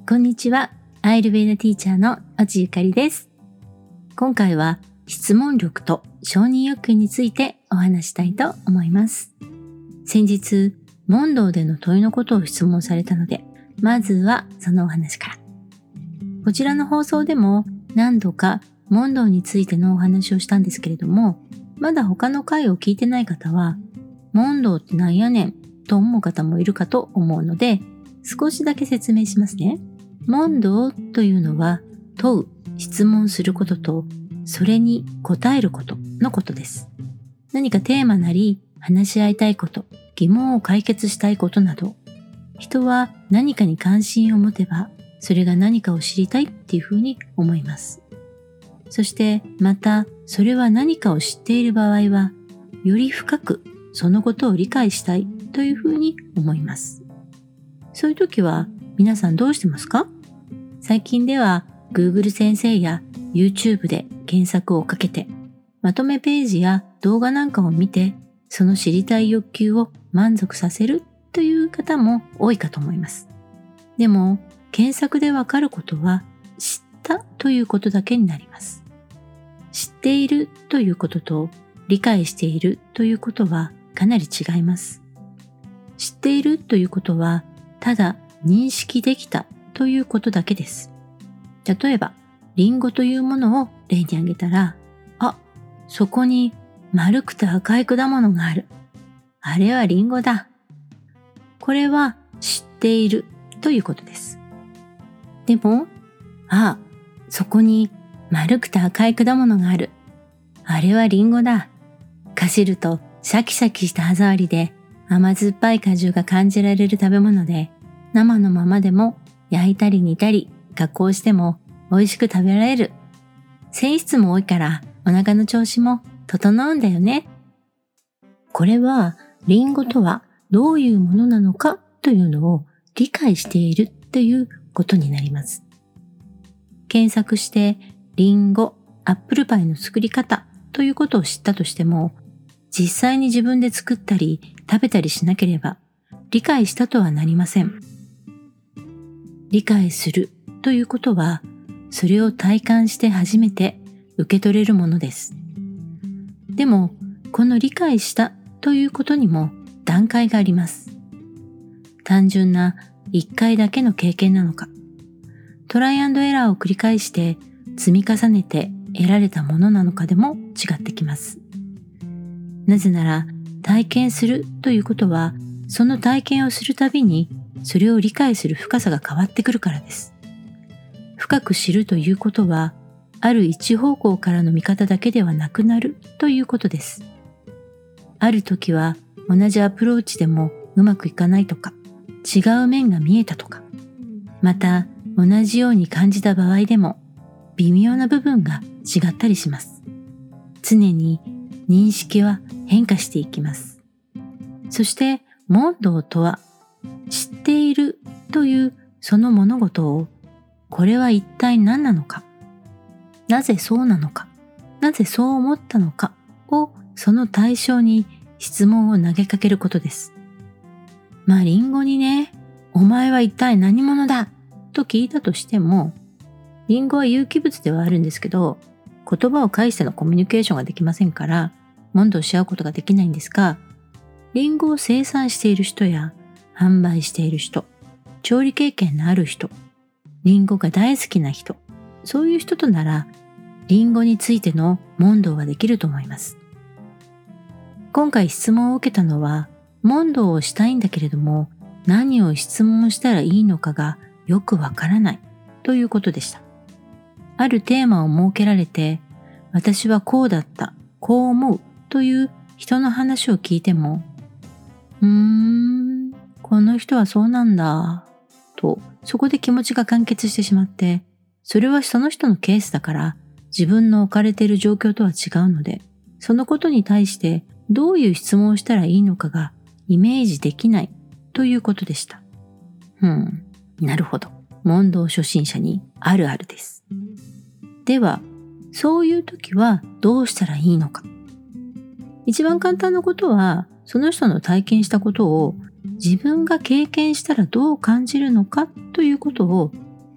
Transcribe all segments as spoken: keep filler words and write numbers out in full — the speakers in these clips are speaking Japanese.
こんにちは。アイルベーダティーチャーの越智ゆかりです。今回は質問力と承認欲求についてお話したいと思います。先日、問答での問いのことを質問されたので、まずはそのお話から。こちらの放送でも何度か問答についてのお話をしたんですけれども、まだ他の回を聞いてない方は、問答ってなんやねんと思う方もいるかと思うので、少しだけ説明しますね。問答というのは問う、質問することとそれに答えることのことです。何かテーマなり話し合いたいこと、疑問を解決したいことなど、人は何かに関心を持てばそれが何かを知りたいっていうふうに思います。そしてまたそれは何かを知っている場合はより深くそのことを理解したいというふうに思います。そういう時は皆さんどうしてますか？最近では Google 先生や YouTube で検索をかけて、まとめページや動画なんかを見て、その知りたい欲求を満足させるという方も多いかと思います。でも、検索でわかることは知ったということだけになります。知っているということと理解しているということはかなり違います。知っているということは、ただ認識できたということだけです。例えば、リンゴというものを例に挙げたら、あ、そこに丸くて赤い果物がある。あれはリンゴだ。これは知っているということです。でも、あ、そこに丸くて赤い果物がある。あれはリンゴだ。かじるとシャキシャキした歯触りで甘酸っぱい果汁が感じられる食べ物で、生のままでも焼いたり煮たり加工しても美味しく食べられる。繊維質も多いからお腹の調子も整うんだよね。これはリンゴとはどういうものなのかというのを理解しているということになります。検索してリンゴ、アップルパイの作り方ということを知ったとしても、実際に自分で作ったり食べたりしなければ理解したとはなりません。理解するということは、それを体感して初めて受け取れるものです。でも、この理解したということにも段階があります。単純な一回だけの経験なのか、トライアンドエラーを繰り返して積み重ねて得られたものなのかでも違ってきます。なぜなら、体験するということは、その体験をするたびにそれを理解する深さが変わってくるからです。深く知るということは、ある一方向からの見方だけではなくなるということです。ある時は同じアプローチでもうまくいかないとか、違う面が見えたとか、また同じように感じた場合でも微妙な部分が違ったりします。常に認識は変化していきます。そして問答とは、知っているというその物事を、これは一体何なのか、なぜそうなのか、なぜそう思ったのかをその対象に質問を投げかけることです。まあリンゴにね、お前は一体何者だと聞いたとしても、リンゴは有機物ではあるんですけど、言葉を介してのコミュニケーションができませんから、問答し合うことができないんですが、リンゴを生産している人や販売している人、調理経験のある人、リンゴが大好きな人、そういう人となら、リンゴについての問答はできると思います。今回質問を受けたのは、問答をしたいんだけれども、何を質問したらいいのかがよくわからないということでした。あるテーマを設けられて、私はこうだった、こう思うという人の話を聞いても、うーん、この人はそうなんだ、とそこで気持ちが完結してしまって、それはその人のケースだから自分の置かれている状況とは違うので、そのことに対してどういう質問をしたらいいのかがイメージできないということでした。うん、なるほど。問答初心者にあるあるです。では、そういう時はどうしたらいいのか。一番簡単なことは、その人の体験したことを自分が経験したらどう感じるのかということを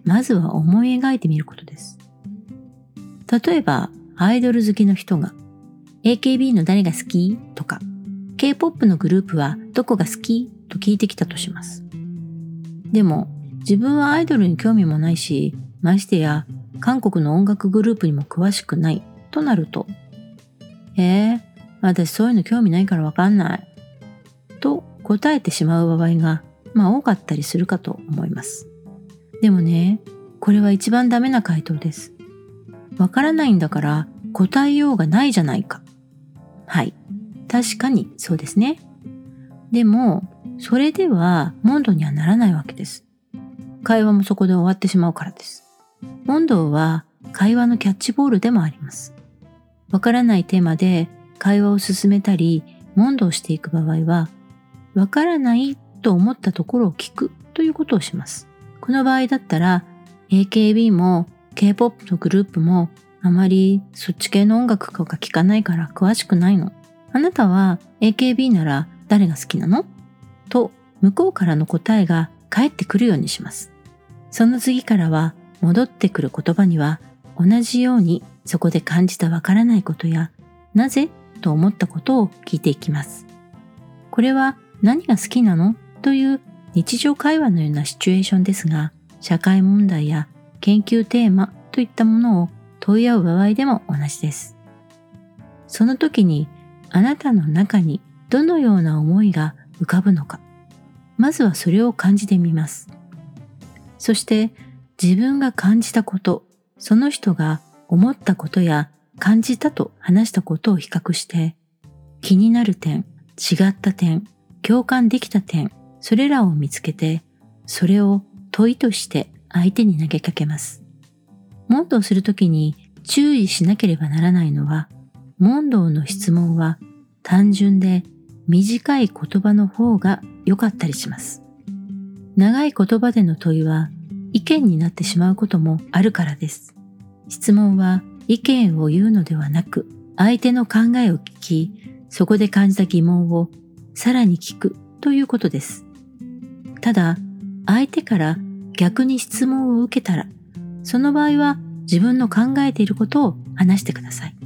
まずは思い描いてみることです。例えば、アイドル好きの人が エーケービー の誰が好きとか ケーポップ のグループはどこが好きと聞いてきたとします。でも自分はアイドルに興味もないし、ましてや韓国の音楽グループにも詳しくないとなると、えー、私そういうの興味ないからわかんないと答えてしまう場合がまあ多かったりするかと思います。でもね、これは一番ダメな回答です。わからないんだから答えようがないじゃないか。はい、確かにそうですね。でもそれでは問答にはならないわけです。会話もそこで終わってしまうからです。問答は会話のキャッチボールでもあります。わからないテーマで会話を進めたり問答していく場合は、わからないと思ったところを聞くということをします。この場合だったら エーケービー も ケーポップ のグループもあまりそっち系の音楽とか聞かないから詳しくないの。あなたは エーケービー なら誰が好きなの？と向こうからの答えが返ってくるようにします。その次からは戻ってくる言葉には同じようにそこで感じたわからないことやなぜと思ったことを聞いていきます。これは何が好きなのという日常会話のようなシチュエーションですが、社会問題や研究テーマといったものを問い合う場合でも同じです。その時にあなたの中にどのような思いが浮かぶのか、まずはそれを感じてみます。そして自分が感じたこと、その人が思ったことや感じたと話したことを比較して、気になる点、違った点、共感できた点、それらを見つけて、それを問いとして相手に投げかけます。問答するときに注意しなければならないのは、問答の質問は単純で短い言葉の方が良かったりします。長い言葉での問いは意見になってしまうこともあるからです。質問は意見を言うのではなく、相手の考えを聞き、そこで感じた疑問をさらに聞くということです。ただ、相手から逆に質問を受けたら、その場合は自分の考えていることを話してください。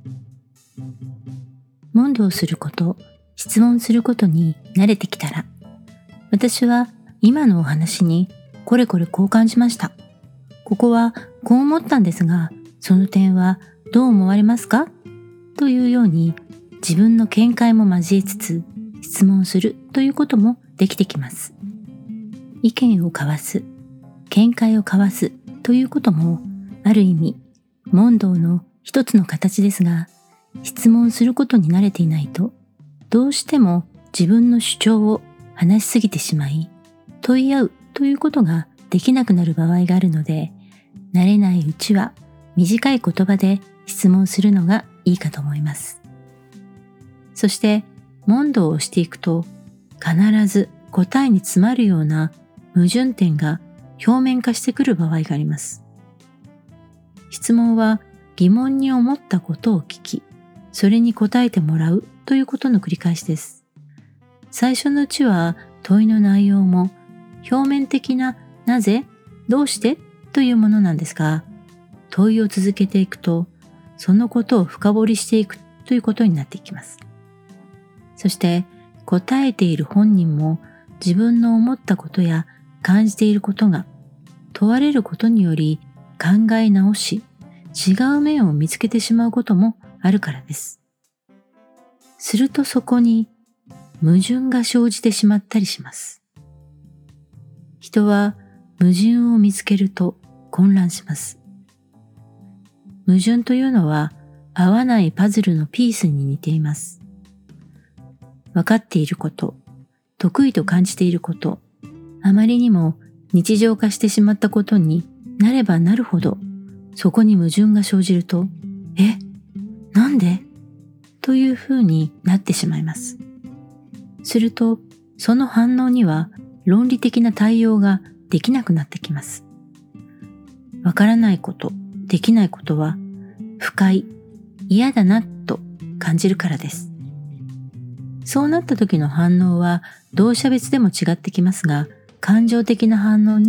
問答すること、質問することに慣れてきたら、私は今のお話にこれこれこう感じました。ここはこう思ったんですが、その点はどう思われますか？というように自分の見解も交えつつ質問するということもできてきます。意見を交わす、見解を交わすということもある意味問答の一つの形ですが、質問することに慣れていないとどうしても自分の主張を話しすぎてしまい問い合うということができなくなる場合があるので、慣れないうちは短い言葉で質問するのがいいかと思います。そして問答をしていくと必ず答えに詰まるような矛盾点が表面化してくる場合があります。質問は疑問に思ったことを聞き、それに答えてもらうということの繰り返しです。最初のうちは問いの内容も表面的ななぜ、どうしてというものなんですが、問いを続けていくとそのことを深掘りしていくということになっていきます。そして答えている本人も自分の思ったことや感じていることが問われることにより考え直し、違う面を見つけてしまうこともあるからです。するとそこに矛盾が生じてしまったりします。人は矛盾を見つけると混乱します。矛盾というのは合わないパズルのピースに似ています。分かっていること、得意と感じていること、あまりにも日常化してしまったことになればなるほど、そこに矛盾が生じると、え、なんで？というふうになってしまいます。すると、その反応には論理的な対応ができなくなってきます。わからないこと、できないことは不快、嫌だなと感じるからです。そうなった時の反応は動詞別でも違ってきますが、感情的な反応に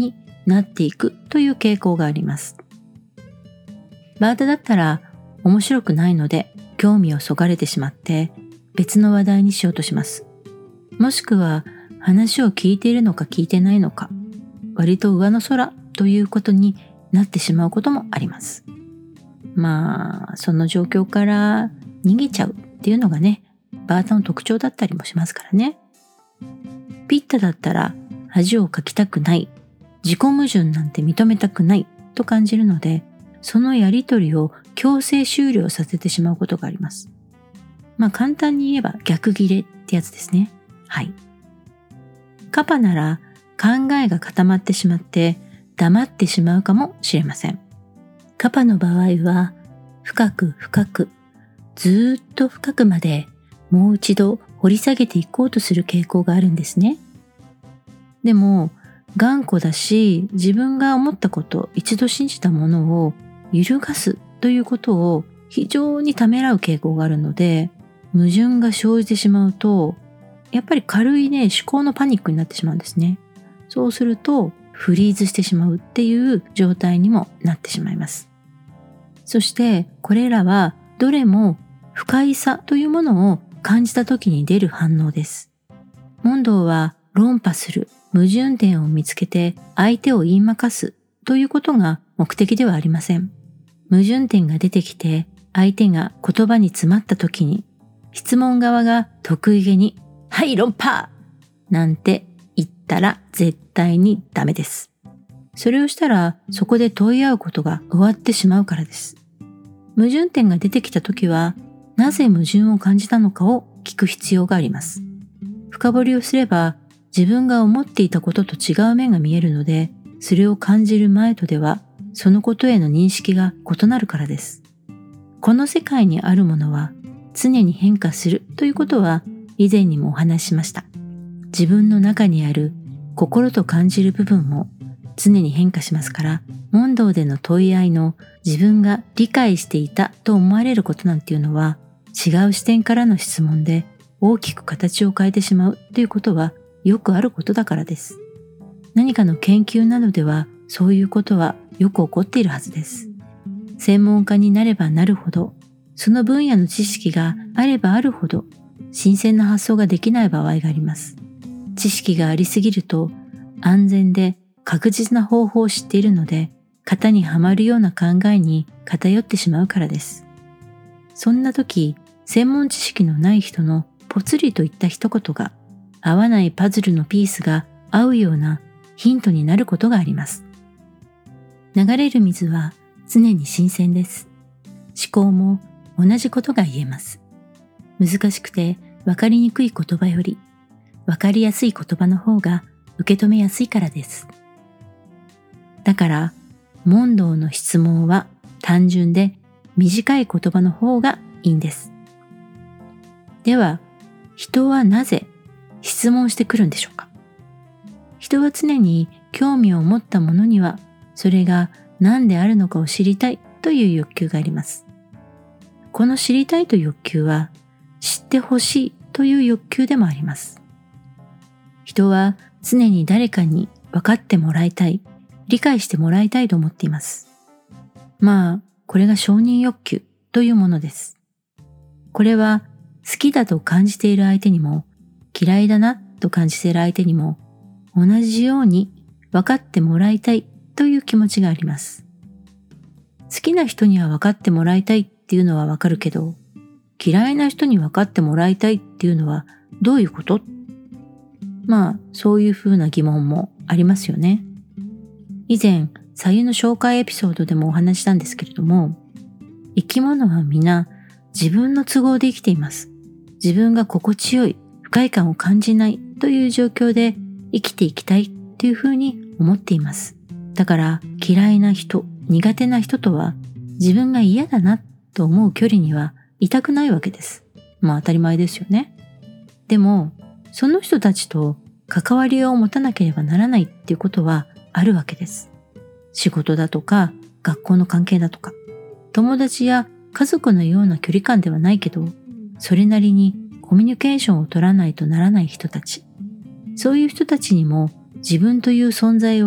なっていくという傾向があります。バータだったら面白くないので興味をそがれてしまって別の話題にしようとします。もしくは話を聞いているのか聞いてないのか、割と上の空ということになってしまうこともあります。まあ、その状況から逃げちゃうっていうのがね、バータの特徴だったりもしますからね。ピッタだったら恥をかきたくない、自己矛盾なんて認めたくないと感じるので、そのやりとりを強制終了させてしまうことがあります。まあ簡単に言えば逆ギレってやつですね。はい。カパなら考えが固まってしまって黙ってしまうかもしれません。カパの場合は深く深くずっと深くまでもう一度掘り下げていこうとする傾向があるんですね。でも頑固だし、自分が思ったこと、一度信じたものを揺るがすということを非常にためらう傾向があるので、矛盾が生じてしまうとやっぱり軽いね思考のパニックになってしまうんですね。そうするとフリーズしてしまうっていう状態にもなってしまいます。そしてこれらはどれも不快さというものを感じた時に出る反応です。問答は論破する、矛盾点を見つけて相手を言いまかすということが目的ではありません。矛盾点が出てきて相手が言葉に詰まった時に質問側が得意げにはい論破なんて言ったら絶対にダメです。それをしたらそこで問い合うことが終わってしまうからです。矛盾点が出てきた時はなぜ矛盾を感じたのかを聞く必要があります。深掘りをすれば自分が思っていたことと違う面が見えるので、それを感じる前とではそのことへの認識が異なるからです。この世界にあるものは常に変化するということは以前にもお話ししました。自分の中にある心と感じる部分も常に変化しますから、問答での問い合いの自分が理解していたと思われることなんていうのは違う視点からの質問で大きく形を変えてしまうということはよくあることだからです。何かの研究などではそういうことはよく起こっているはずです。専門家になればなるほど、その分野の知識があればあるほど新鮮な発想ができない場合があります。知識がありすぎると安全で確実な方法を知っているので、型にはまるような考えに偏ってしまうからです。そんな時、専門知識のない人のぽつりといった一言が合わないパズルのピースが合うようなヒントになることがあります。流れる水は常に新鮮です。思考も同じことが言えます。難しくて分かりにくい言葉より分かりやすい言葉の方が受け止めやすいからです。だから問答の質問は単純で短い言葉の方がいいんです。では、人はなぜ質問してくるんでしょうか。人は常に興味を持ったものにはそれが何であるのかを知りたいという欲求があります。この知りたいという欲求は知ってほしいという欲求でもあります。人は常に誰かに分かってもらいたい、理解してもらいたいと思っています。まあ、これが承認欲求というものです。これは好きだと感じている相手にも、嫌いだなと感じている相手にも、同じように分かってもらいたいという気持ちがあります。好きな人には分かってもらいたいっていうのは分かるけど、嫌いな人に分かってもらいたいっていうのはどういうこと？まあ、そういうふうな疑問もありますよね。以前、白湯の紹介エピソードでもお話したんですけれども、生き物は皆自分の都合で生きています。自分が心地よい、不快感を感じないという状況で生きていきたいというふうに思っています。だから嫌いな人、苦手な人とは自分が嫌だなと思う距離にはいたくないわけです。まあ当たり前ですよね。でも、その人たちと関わりを持たなければならないっていうことはあるわけです。仕事だとか、学校の関係だとか、友達や家族のような距離感ではないけど、それなりにコミュニケーションを取らないとならない人たち。そういう人たちにも自分という存在を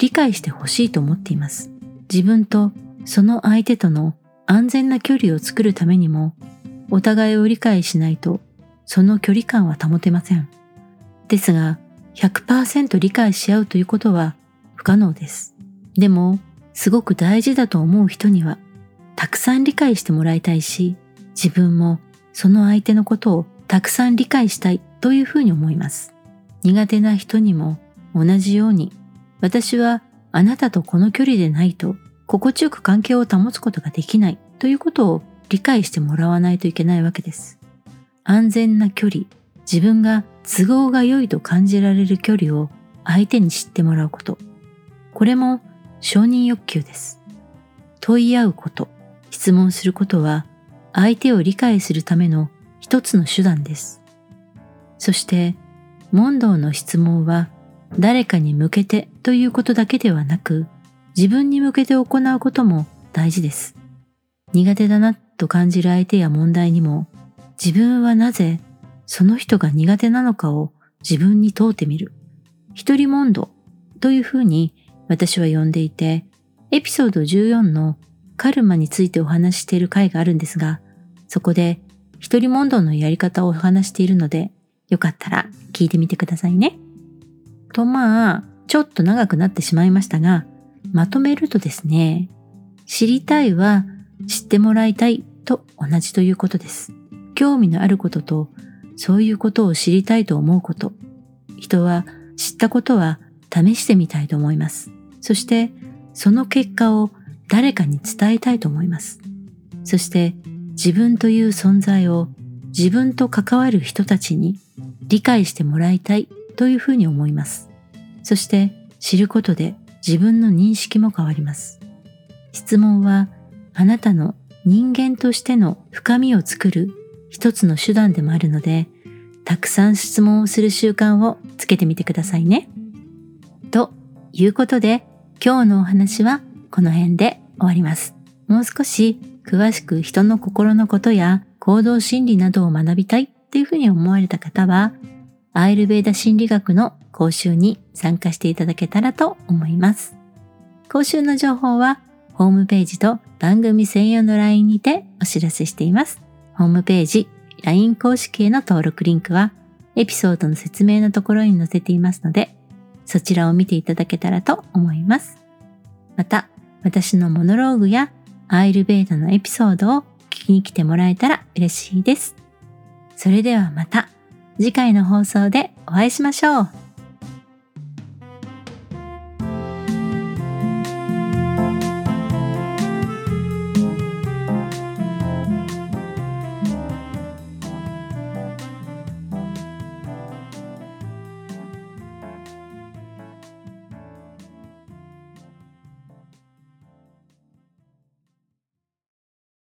理解してほしいと思っています。自分とその相手との安全な距離を作るためにも、お互いを理解しないとその距離感は保てません。ですが、ひゃくパーセント 理解し合うということは不可能です。でも、すごく大事だと思う人には、たくさん理解してもらいたいし、自分もその相手のことをたくさん理解したいというふうに思います。苦手な人にも同じように、私はあなたとこの距離でないと心地よく関係を保つことができないということを理解してもらわないといけないわけです。安全な距離、自分が都合が良いと感じられる距離を相手に知ってもらうこと。これも承認欲求です。問い合うこと、質問することは相手を理解するための一つの手段です。そして、問答の質問は誰かに向けてということだけではなく、自分に向けて行うことも大事です。苦手だなと感じる相手や問題にも、自分はなぜその人が苦手なのかを自分に問うてみる。一人問答というふうに私は呼んでいて、エピソードじゅうよんのカルマについてお話ししている回があるんですが、そこで一人問答のやり方をお話しているので、よかったら聞いてみてくださいね。とまあ、ちょっと長くなってしまいましたが、まとめるとですね、知りたいは知ってもらいたいと同じということです。興味のあることと、そういうことを知りたいと思うこと。人は知ったことは試してみたいと思います。そして、その結果を誰かに伝えたいと思います。そして、自分という存在を自分と関わる人たちに理解してもらいたいというふうに思います。そして、知ることで自分の認識も変わります。質問はあなたの人間としての深みを作る一つの手段でもあるので、たくさん質問をする習慣をつけてみてくださいね。ということで、今日のお話はこの辺で終わります。もう少し詳しく人の心のことや行動心理などを学びたいっていうふうに思われた方は、アイルベーダ心理学の講習に参加していただけたらと思います。講習の情報はホームページと番組専用の ライン にてお知らせしています。ホームページ、ライン 公式への登録リンクはエピソードの説明のところに載せていますので、そちらを見ていただけたらと思います。また、私のモノローグやアイルベーダのエピソードを聞きに来てもらえたら嬉しいです。それではまた次回の放送でお会いしましょう。